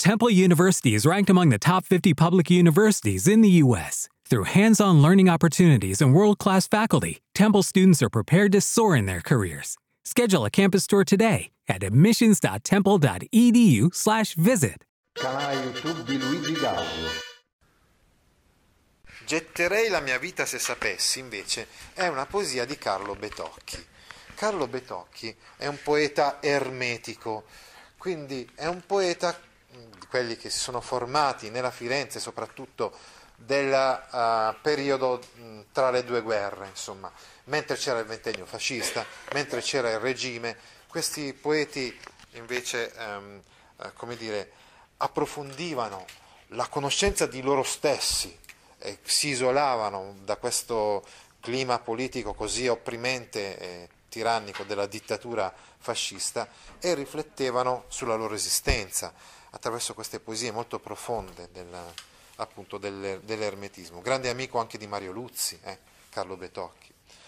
Temple University is ranked among the top 50 public universities in the U.S. Through hands-on learning opportunities and world-class faculty, Temple students are prepared to soar in their careers. Schedule a campus tour today at admissions.temple.edu/visit. Canale YouTube di Luigi Gaudio. Getterei la mia vita se sapessi, invece, è una poesia di Carlo Betocchi. Carlo Betocchi è un poeta ermetico, quindi è un poeta di quelli che si sono formati nella Firenze, soprattutto del periodo tra le due guerre, insomma, mentre c'era il ventennio fascista, mentre c'era il regime. Questi poeti invece, approfondivano la conoscenza di loro stessi, si isolavano da questo clima politico così opprimente e tirannico della dittatura fascista e riflettevano sulla loro esistenza attraverso queste poesie molto profonde dell'ermetismo. Grande amico anche di Mario Luzzi, Carlo Betocchi.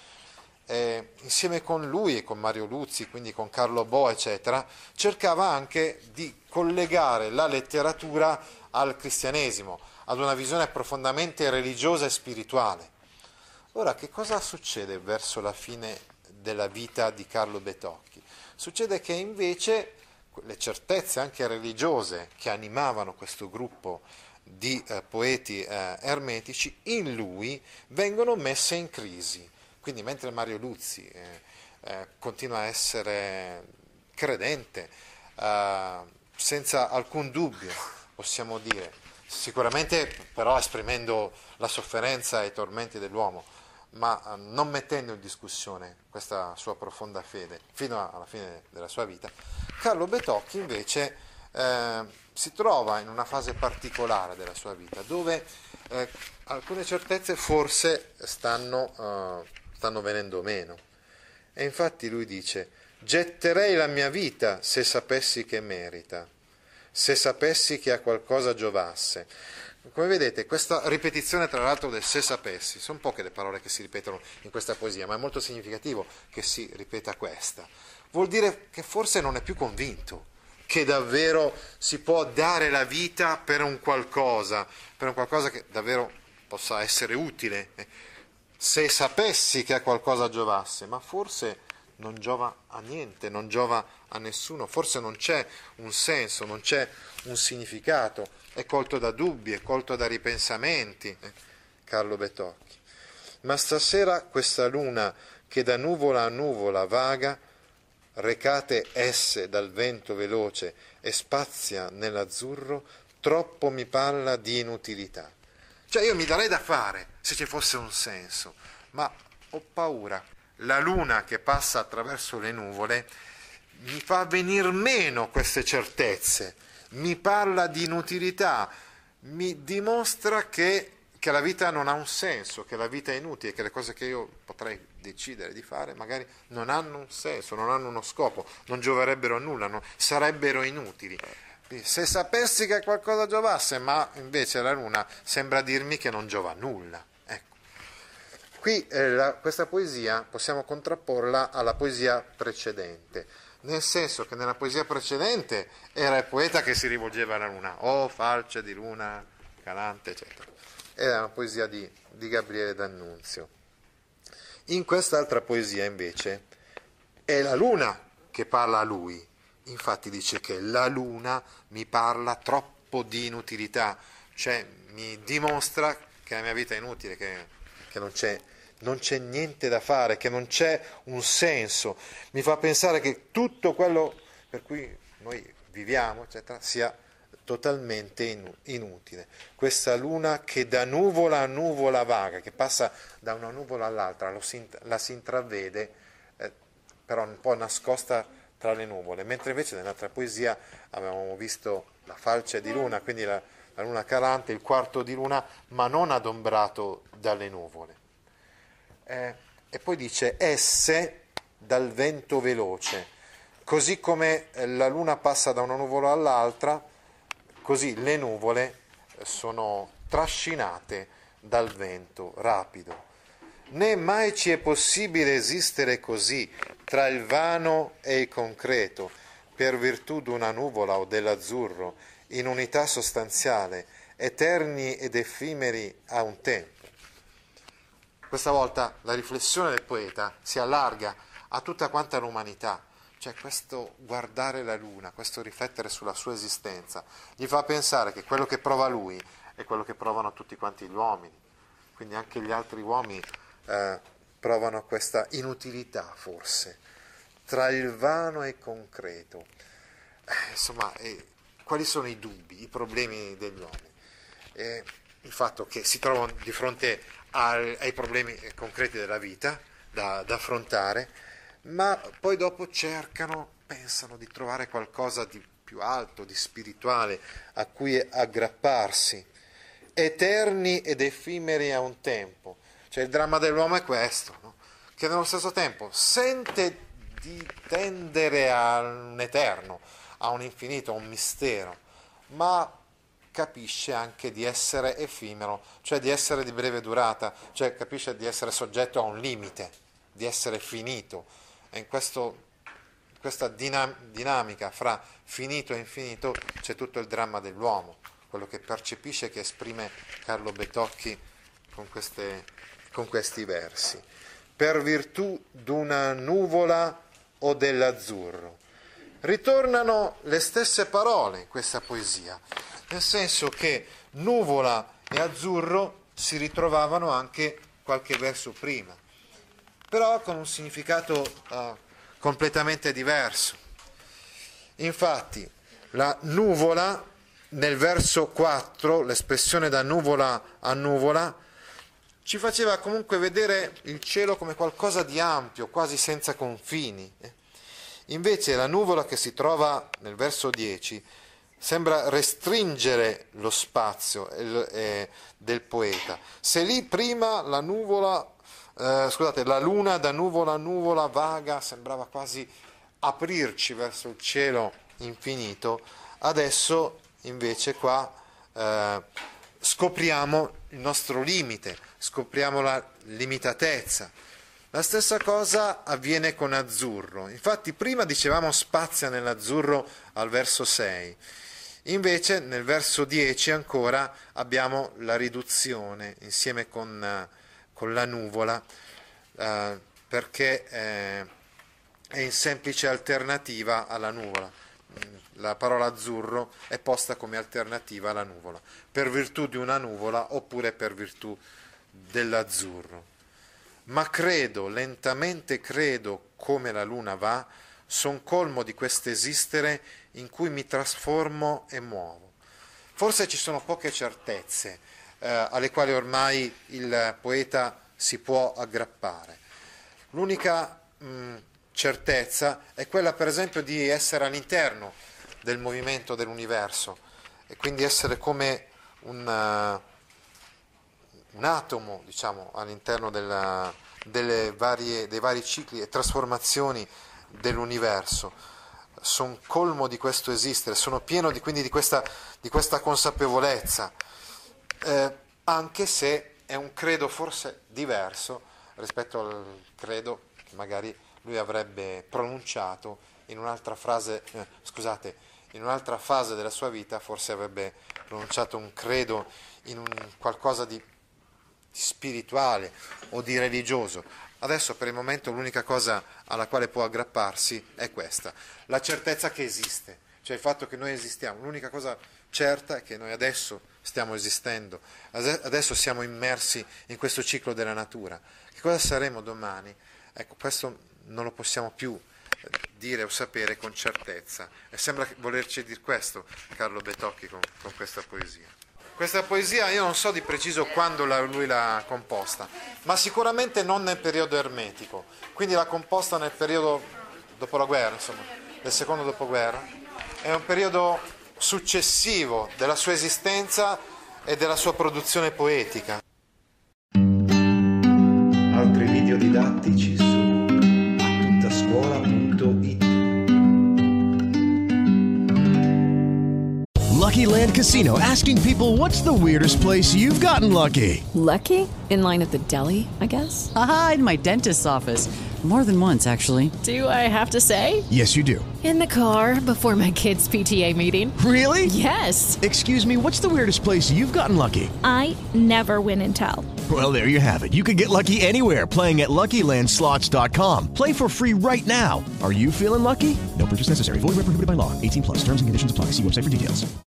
Insieme con lui e con Mario Luzzi, quindi con Carlo Bo, eccetera, cercava anche di collegare la letteratura al cristianesimo, ad una visione profondamente religiosa e spirituale. Ora, che cosa succede verso la fine della vita di Carlo Betocchi? Succede che invece le certezze anche religiose che animavano questo gruppo di poeti ermetici in lui vengono messe in crisi. Quindi mentre Mario Luzzi continua a essere credente, senza alcun dubbio, possiamo dire, sicuramente però esprimendo la sofferenza e i tormenti dell'uomo, ma non mettendo in discussione questa sua profonda fede fino alla fine della sua vita, Carlo Betocchi invece si trova in una fase particolare della sua vita, dove alcune certezze forse stanno venendo meno. E infatti lui dice: getterei la mia vita se sapessi che merita, se sapessi che a qualcosa giovasse. Come vedete, questa ripetizione tra l'altro del se sapessi, sono poche le parole che si ripetono in questa poesia, ma è molto significativo che si ripeta questa. Vuol dire che forse non è più convinto che davvero si può dare la vita per un qualcosa che davvero possa essere utile. Se sapessi che a qualcosa giovasse, ma forse non giova a niente, non giova a nessuno, forse non c'è un senso, non c'è un significato, è colto da dubbi, è colto da ripensamenti, Carlo Betocchi. Ma stasera questa luna che da nuvola a nuvola vaga, recate esse dal vento veloce e spazia nell'azzurro, troppo mi parla di inutilità. Cioè io mi darei da fare se ci fosse un senso, ma ho paura. La luna che passa attraverso le nuvole mi fa venir meno queste certezze, mi parla di inutilità, mi dimostra che la vita non ha un senso, che la vita è inutile, che le cose che io potrei decidere di fare magari non hanno un senso, non hanno uno scopo, non gioverebbero a nulla, sarebbero inutili. Se sapessi che qualcosa giovasse, ma invece la luna sembra dirmi che non giova a nulla. Ecco. Qui questa poesia possiamo contrapporla alla poesia precedente, nel senso che nella poesia precedente era il poeta che si rivolgeva alla luna, falce di luna calante, eccetera. Era una poesia di Gabriele D'Annunzio. In quest'altra poesia invece è la luna che parla a lui. Infatti dice che la luna mi parla troppo di inutilità, cioè mi dimostra che la mia vita è inutile, che non c'è niente da fare, che non c'è un senso, mi fa pensare che tutto quello per cui noi viviamo, eccetera, sia totalmente inutile. Questa luna che da nuvola a nuvola vaga, che passa da una nuvola all'altra, la si intravede, però un po' nascosta tra le nuvole, mentre invece nell'altra poesia avevamo visto la falce di luna, quindi la luna calante, il quarto di luna, ma non adombrato dalle nuvole. E poi dice esse dal vento veloce, così come la luna passa da una nuvola all'altra, così le nuvole sono trascinate dal vento rapido. Né mai ci è possibile esistere così tra il vano e il concreto, per virtù d'una nuvola o dell'azzurro, in unità sostanziale, eterni ed effimeri a un tempo. Questa volta la riflessione del poeta si allarga a tutta quanta l'umanità, cioè questo guardare la luna, questo riflettere sulla sua esistenza, gli fa pensare che quello che prova lui è quello che provano tutti quanti gli uomini, quindi anche gli altri uomini provano questa inutilità forse, tra il vano e il concreto. Insomma, quali sono i dubbi, i problemi degli uomini? Il fatto che si trovano di fronte ai problemi concreti della vita da affrontare, ma poi dopo pensano di trovare qualcosa di più alto, di spirituale, a cui aggrapparsi, eterni ed effimeri a un tempo. Cioè il dramma dell'uomo è questo, no? Che nello stesso tempo sente di tendere a un eterno, a un infinito, a un mistero, ma capisce anche di essere effimero, cioè di essere di breve durata, cioè capisce di essere soggetto a un limite, di essere finito. E in questa dinamica fra finito e infinito c'è tutto il dramma dell'uomo, quello che percepisce, che esprime Carlo Betocchi con questi versi. Per virtù d'una nuvola o dell'azzurro. Ritornano le stesse parole in questa poesia, nel senso che nuvola e azzurro si ritrovavano anche qualche verso prima, però con un significato completamente diverso. Infatti la nuvola, nel verso 4, l'espressione da nuvola a nuvola, ci faceva comunque vedere il cielo come qualcosa di ampio, quasi senza confini. Invece la nuvola che si trova nel verso 10 sembra restringere lo spazio del poeta. Se lì prima la luna da nuvola a nuvola vaga sembrava quasi aprirci verso il cielo infinito, adesso invece qua scopriamo il nostro limite, scopriamo la limitatezza. La stessa cosa avviene con azzurro. Infatti prima dicevamo spazia nell'azzurro al verso 6, invece nel verso 10 ancora abbiamo la riduzione insieme con la nuvola, perché è in semplice alternativa alla nuvola. La parola azzurro è posta come alternativa alla nuvola, per virtù di una nuvola oppure per virtù dell'azzurro. Ma credo, lentamente credo, come la luna va, son colmo di quest'esistere in cui mi trasformo e muovo. Forse ci sono poche certezze alle quali ormai il poeta si può aggrappare. L'unica certezza è quella, per esempio, di essere all'interno del movimento dell'universo e quindi essere come un atomo, diciamo, all'interno dei vari cicli e trasformazioni dell'universo. Sono colmo di questo esistere, sono pieno quindi di questa consapevolezza, anche se è un credo forse diverso rispetto al credo che magari lui avrebbe pronunciato in un'altra fase della sua vita, forse avrebbe pronunciato un credo in un qualcosa di spirituale o di religioso. Adesso per il momento l'unica cosa alla quale può aggrapparsi è questa, la certezza che esiste, cioè il fatto che noi esistiamo. L'unica cosa certa è che noi adesso stiamo esistendo, adesso siamo immersi in questo ciclo della natura. Che cosa saremo domani? Ecco, questo non lo possiamo più dire o sapere con certezza, e sembra volerci dire questo Carlo Betocchi con questa poesia. Questa poesia io non so di preciso quando lui l'ha composta, ma sicuramente non nel periodo ermetico, quindi l'ha composta nel periodo dopo la guerra, insomma, del secondo dopoguerra. È un periodo successivo della sua esistenza e della sua produzione poetica. Altri video didattici su atuttascuola.it. Lucky Land Casino, asking people, what's the weirdest place you've gotten lucky? Lucky? In line at the deli, I guess? Aha, in my dentist's office. More than once, actually. Do I have to say? Yes, you do. In the car before my kids' PTA meeting. Really? Yes. Excuse me, what's the weirdest place you've gotten lucky? I never win and tell. Well, there you have it. You can get lucky anywhere, playing at LuckyLandSlots.com. Play for free right now. Are you feeling lucky? No purchase necessary. Void where prohibited by law. 18+. Terms and conditions apply. See website for details.